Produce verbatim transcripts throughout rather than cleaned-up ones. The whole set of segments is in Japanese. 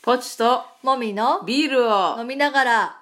ポチともみのビールを飲みながら。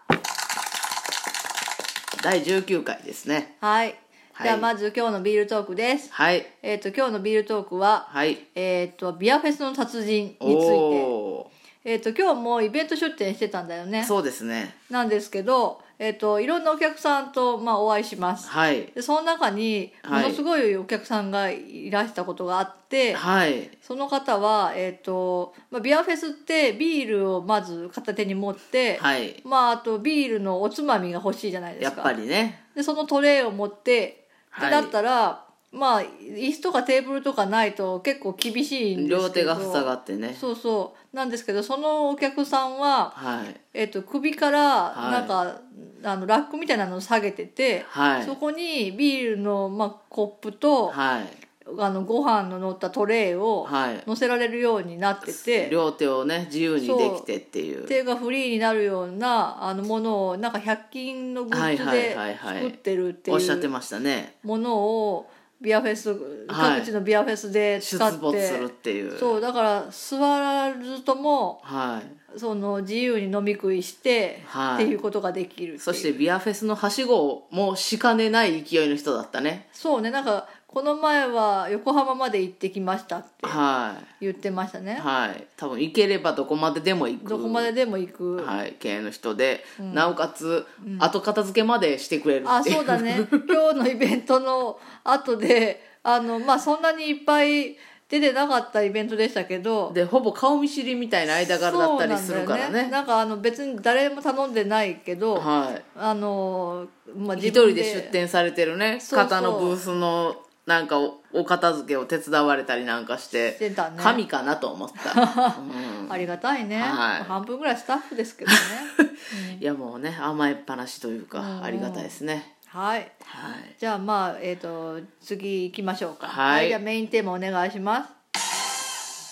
だいじゅうきゅうかいですね。 はい、 はい、 じゃあまず今日のビールトークです。 はい、 えっ、と今日のビールトークは、 はい、 えっ、とビアフェスの達人について。 おえっ、と今日もイベント出店してたんだよね。 そうですね。 なんですけど、えっ、といろんなお客さんと、まあ、お会いします。 はい。 でその中にものすごいお客さんがいらしたことがあって、 はい、 その方は、えーとまあ、ビアフェスってビールをまず片手に持って、 はい、 まあ、あとビールのおつまみが欲しいじゃないですか。 やっぱりね。 でそのトレイを持って、 はい、 ってなったらまあ椅子とかテーブルとかないと結構厳しいんですけど、 両手が塞がってね。 そうそうなんですけど、そのお客さんは、 はいえー、と首からなんか、はい、あのラックみたいなのを下げてて、 はい、 そこにビールの、まあ、コップと、はい、あのご飯の乗ったトレイを乗せられるようになってて、はい、 両手をね自由にできてっていう手がフリーになるようなあのものをなんかひゃく均のグッズで作ってるっていうおっしゃってましたね。 ものをビアフェス、はい、各地のビアフェスで使って出没するっていう。 そうだから座らずとも、 はい、 その自由に飲み食いして、はい、っていうことができるっていう。 そしてビアフェスのはしごもしかねない勢いの人だったね。 そうね、なんかこの前は横浜まで行ってきましたって言ってましたね。 はい、はい、多分行ければどこまででも行く、 どこまででも行く、 はい、系の人で、うん、なおかつ、うん、後片付けまでしてくれるっていう。 あ、そうだね。今日のイベントの後であの、まあ、そんなにいっぱい出てなかったイベントでしたけど、 でほぼ顔見知りみたいな間柄だったりするからね。 そうなんだよね。なんかあの別に誰も頼んでないけど、はい、あの、まあ、自分で一人で出店されてるね方のブースのなんか お, お片付けを手伝われたりなんかしてしてたね。 神かなと思った、 うん、ありがたいね、はい、半分ぐらいスタッフですけどね、 うん、いやもうね甘えっぱなしというか、うん、ありがたいですね。 はい、はい、じゃあまあ、えー、と次行きましょうか。 はい、はい、 じゃあメインテーマお願いします。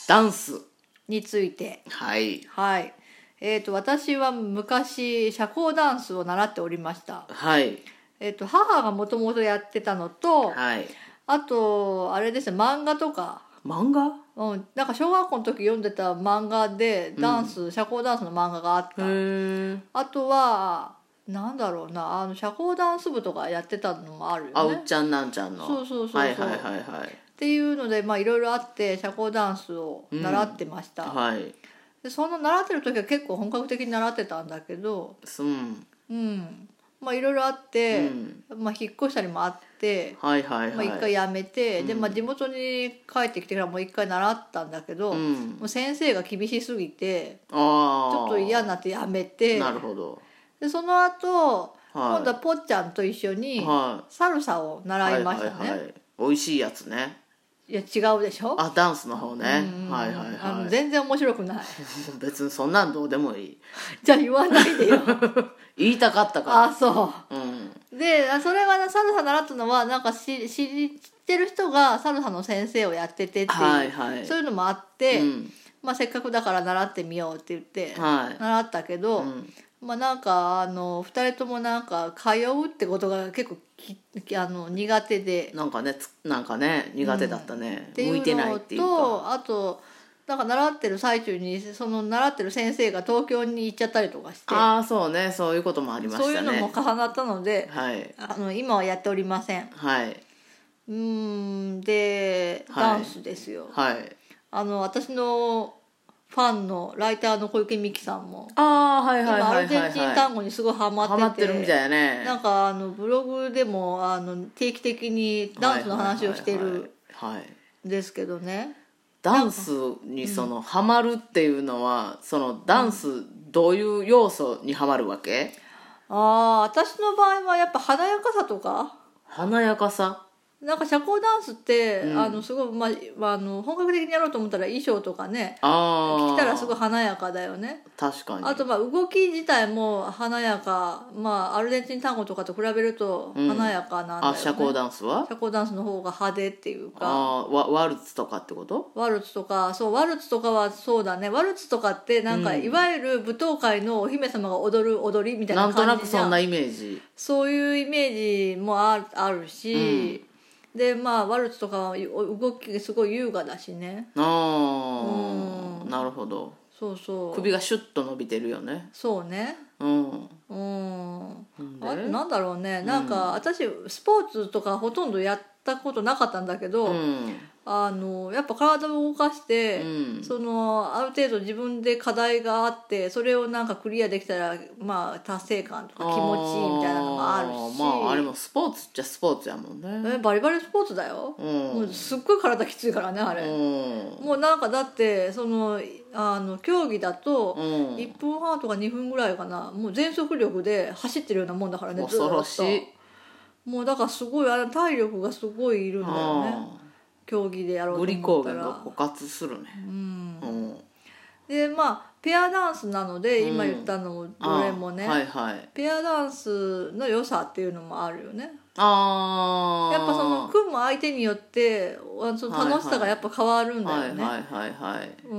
ダンスについて。 はい、 はい、えー、と私は昔社交ダンスを習っておりました。 はい、 えー、と母がもともとやってたのと、 はい、 あとあれですね、漫画とか。 漫画、 うん、なんか小学校の時読んでた漫画でダンス、うん、社交ダンスの漫画があった。あとはなんだろうな、あの社交ダンス部とかやってたのもあるよね。 あうっちゃんなんちゃんの。 そうそうそうそう、 はいはいはいはい、 っていうのでまあいろいろあって社交ダンスを習ってました、 うん、はい、 でその習ってる時は結構本格的に習ってたんだけど、 うんうんまあいろいろあって、うん、まあ、引っ越したりもあって、はいはいはい、まあ、一回やめて、うん、でまあ、地元に帰ってきてからもう一回習ったんだけど、うん、もう先生が厳しすぎてちょっと嫌になってやめて。 なるほど。 でその後、はい、今度はぽっちゃんと一緒にサルサを習いましたね、はいはいはい、 美味しいやつね。 いや違うでしょ。 あダンスの方ね、うん、はいはいはい、 あの全然面白くない別にそんなんどうでもいいじゃあ言わないでよ言いたかったから。 あそう、うん、でそれがサルサ習ったのはなんか知ってる人がサルサの先生をやっててっていう、はいはい、そういうのもあって、うんまあ、せっかくだから習ってみようって言って習ったけど、はいうんまあ、なんかあのふたりともなんか通うってことが結構きあの苦手で、 なんかねなんかね苦手だったね、うん、向いてないっていうか。 とあとなんか習ってる最中にその習ってる先生が東京に行っちゃったりとかして、 ああそうねそういうこともありましたね。 そういうのも重なったので、 はい、 あの今はやっておりません。 はい、 うんでダンスですよ、はい、あの私のファンのライターの小池美樹さんもあ、はいはいはいはいはい、 今アルゼンチン単語にすごいハマってて、 ハマってるみたいね。 なんかあのブログでもあの定期的にダンスの話をしてるんですけどね。 ダンスにその、うん、ハマるっていうのはそのダンスどういう要素にハマるわけ？ ああ私の場合はやっぱ華やかさとか。 華やかさなんか社交ダンスって、うん、あのすごい、まあ、あの本格的にやろうと思ったら衣装とかね着たらすごい華やかだよね。 確かに。 あとまあ動き自体も華やか、まあ、アルゼンチン単語とかと比べると華やかなんだよね、うん、 あ社交ダンスは社交ダンスの方が派手っていうか。 あワワルツとかってこと？ ワルツとかそうワルツとかはそうだね。ワルツとかってなんか、うん、いわゆる舞踏会のお姫様が踊る踊りみたいな感じじゃん。 なんとなくそんなイメージ。 そういうイメージも あ, あるし、うんでまあワルツとかは動きすごい優雅だしね。 ああ、うん、なるほど。 そうそう首がシュッと伸びてるよね。 そうねうんうんあでなんだろうねなんか、私スポーツとかほとんどやったことなかったんだけど、 うんあのやっぱ体を動かして、 うん、 そのある程度自分で課題があってそれをなんかクリアできたら、まあ、達成感とか気持ちいいみたいなのがあるし、 まああれもスポーツっちゃスポーツやもんね。 えバリバリスポーツだよ、 うん、 もうすっごい体きついからねあれ、 うん、 もうなんかだってそのあの競技だとうん、 いっぷんはんとかにふんぐらいかなもう全速力で走ってるようなもんだからね。 恐ろしい。 もうだからすごいあれ体力がすごいいるんだよね、競技でやろうとグリ思ったらコーゲンが枯渇するね。 うんうん、 でまあペアダンスなので、今言ったのもどれもね、 はいはい、 ペアダンスの良さっていうのもあるよね。 あやっぱその組む相手によってその楽しさがやっぱ変わるんだよね。 はいはいはいはい、 うん、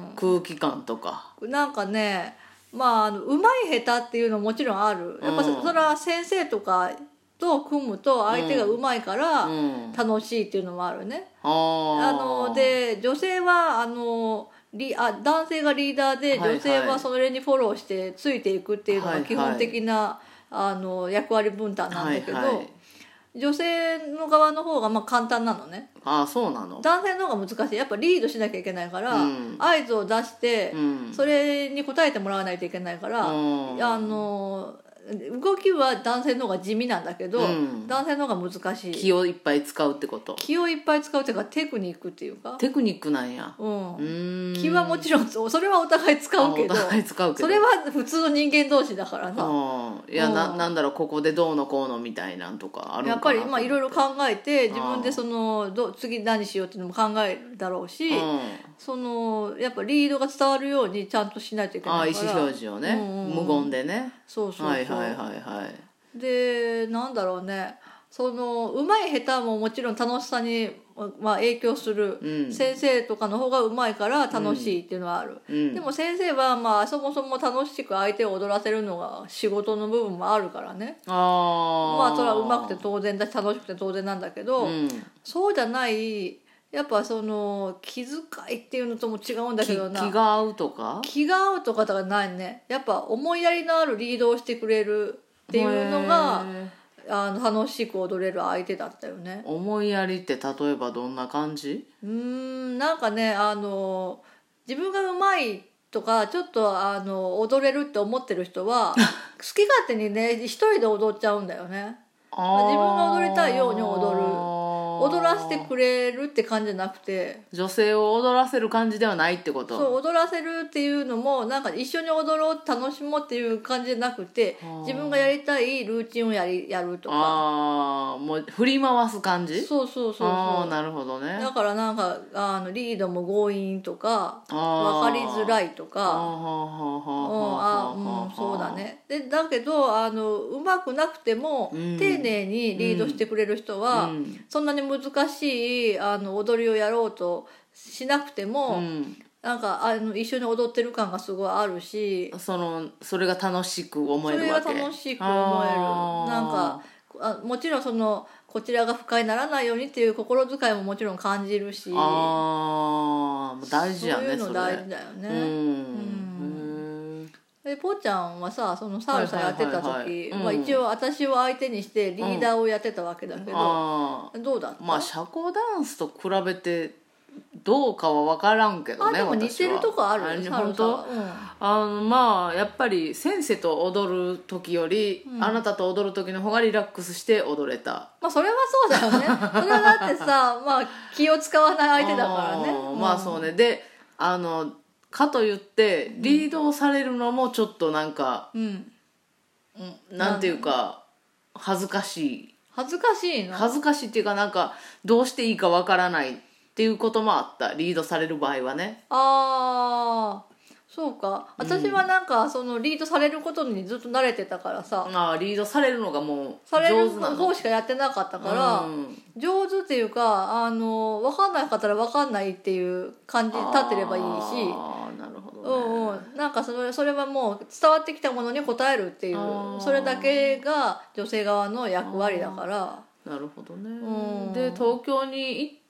空気感とかなんかねまあうまい下手っていうのももちろんある。やっぱそれは先生とかと組むと相手がうまいから楽しいっていうのもあるね。うん、あので女性はあのリあ男性がリーダーで女性はそれにフォローしてついていくっていうのが基本的な、はいはい、あの役割分担なんだけど、はいはい、女性の側の方がまあ簡単なのね。 ああそうなの。 男性の方が難しい。やっぱリードしなきゃいけないから、うん、合図を出して、うん、それに応えてもらわないといけないから、うん、あの動きは男性の方が地味なんだけど、うん、男性の方が難しい。 気をいっぱい使うってこと。 気をいっぱい使うっていうかテクニックっていうか。 テクニックなんや。 うん。うーん気はもちろんそれはお互い使うけど。お互い使うけど。 それは普通の人間同士だからさ。 いや、うん、な, なんだろうここでどうのこうのみたいなんとかあるのかな。 やっぱりまあいろいろ考えて自分でそのど次何しようっていうのも考えるだろうし、うん、そのやっぱリードが伝わるようにちゃんとしないといけないから。 あ意思表示をね、うんうん、無言でね。 そうそうそう。 はいはいはいはい。 でなんだろうねそのうまい下手ももちろん楽しさに、まあ、影響する、うん、先生とかの方がうまいから楽しいっていうのはある、うん、でも先生はまあそもそも楽しく相手を踊らせるのが仕事の部分もあるからね。あまあそれはうまくて当然だし楽しくて当然なんだけど、うん、そうじゃないやっぱその気遣いっていうのとも違うんだけどな。 気が合うとか気が合うとかとかないね。やっぱ思いやりのあるリードをしてくれるっていうのがあの楽しく踊れる相手だったよね。 思いやりって例えばどんな感じ？ うーんなんかねあの自分がうまいとかちょっとあの踊れるって思ってる人は好き勝手にね一人で踊っちゃうんだよね。自分が踊りたいように踊る踊らせてくれるって感じじゃなくて女性を踊らせる感じではないってこと。 そう踊らせるっていうのもなんか一緒に踊ろう楽しもうっていう感じじゃなくて自分がやりたいルーチンをやりやるとかああもう振り回す感じ。 そうそうそうそうあなるほどね。 だからなんかあのリードも強引とか分かりづらいとかあうんそうだねでだけどあのうまくなくても、うん、丁寧にリードしてくれる人は、うん、そんなに難しいあの踊りをやろうとしなくても、うん、なんかあの一緒に踊ってる感がすごいあるしそのそれが楽しく思えるわけ。 それが楽しく思えるなんかあもちろんそのこちらが不快にならないようにっていう心遣いももちろん感じるしあ大事やね。 そういうの大事だよね。うんうんでぽーちゃんはさそのサルサやってた時は一応私を相手にしてリーダーをやってたわけだけど、うん、どうだった？ まあ社交ダンスと比べてどうかは分からんけどね。 あでも似てるとこあるよ本当、うん、あのまあやっぱり先生と踊る時より、うん、あなたと踊る時の方がリラックスして踊れた。 まあそれはそうだよねそれはだってさまあ気を使わない相手だからねあまあそうね。であのかといってリードされるのもちょっとなんか、うん、なんていうか恥ずかしい恥ずかしいの恥ずかしいっていうかなんかどうしていいかわからないっていうこともあった。リードされる場合はね。 ああそうか。私はなんかそのリードされることにずっと慣れてたからさ、 うん、あリードされるのがもう上手なの方しかやってなかったから、うん、上手っていうかあの分かんないかったら分かんないっていう感じで立ってればいいしあなるほど、ね、 うんうん、なんかそれ、それはもう伝わってきたものに応えるっていうそれだけが女性側の役割だから。 なるほどね、うん、で東京に行っ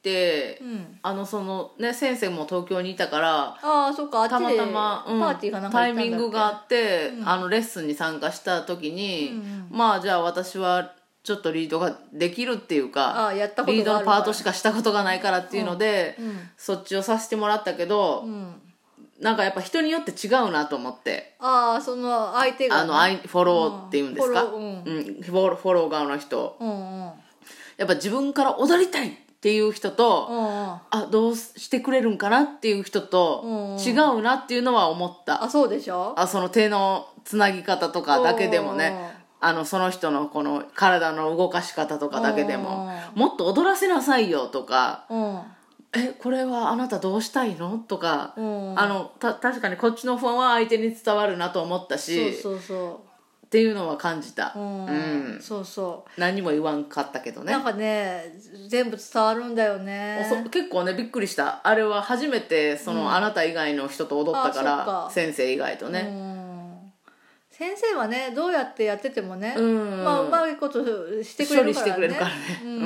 て、 うん、 あのそのね先生も東京にいたから、 ああそっか、あっちでたまたま、うん、 パーティーかなんかタイ行ったんだっけ。 ミングがあって、 うん、 あのレッスンに参加した時に、 うんうん、 まあじゃあ私はちょっとリードができるっていうか、 あやったことがあるリードのパートしかしたことがないからっていうので、 うんうん、 そっちをさせてもらったけど、 うん、 なんかやっぱ人によって違うなと思って、 ああその相手が、ね、 あのアイフォローっていうんですか、 うん、フォロー、うんうん、フォロー、フォロー側の人、 うんうん、 やっぱ自分から踊りたいっていう人と、 うんうん、 あどうしてくれるんかなっていう人と、違うなっていうのは思った。 あそうでしょ。 あその手のつなぎ方とかだけでもね、あのその人のこの体の動かし方とかだけでも、もっと踊らせなさいよとか、えこれはあなたどうしたいのとか、あのた確かにこっちの不安は相手に伝わるなと思ったし、 そうそうそうっていうのは感じた。 うん、 うん、 そうそう。 何も言わんかったけどね。 なんかね全部伝わるんだよね。 結構ねびっくりした。あれは初めてその、うん、あなた以外の人と踊ったから、か先生以外とね、 うん先生はねどうやってやっててもね、うん、まあうまいことしてくれるからね。処理してくれるからね、 うんうん、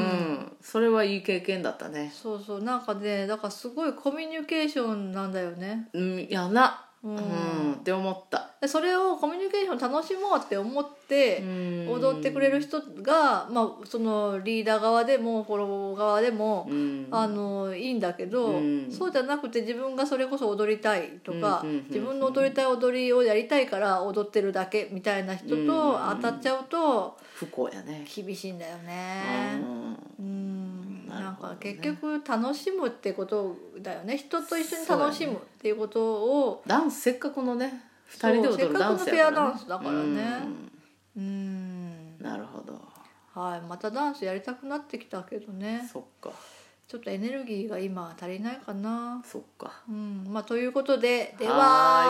それはいい経験だったね。 そうそうなんかねだからすごいコミュニケーションなんだよね。 うんいやなうん、うん、って思った。 それをコミュニケーション楽しもうって思って踊ってくれる人が、まあ、そのリーダー側でもフォロー側でもあのいいんだけど、そうじゃなくて自分がそれこそ踊りたいとか、自分の踊りたい踊りをやりたいから踊ってるだけみたいな人と当たっちゃうと不幸やね。 厳しいんだよね。うんなんか結局楽しむってことだよね。人と一緒に楽しむっていうことを、 ダンスせっかくのねふたりで踊るダンスやからね。せっかくのペアダンスだからね。うんうんなるほど。 はいまたダンスやりたくなってきたけどね。 そっか。 ちょっとエネルギーが今足りないかな。 そっか。 うんまあということででは。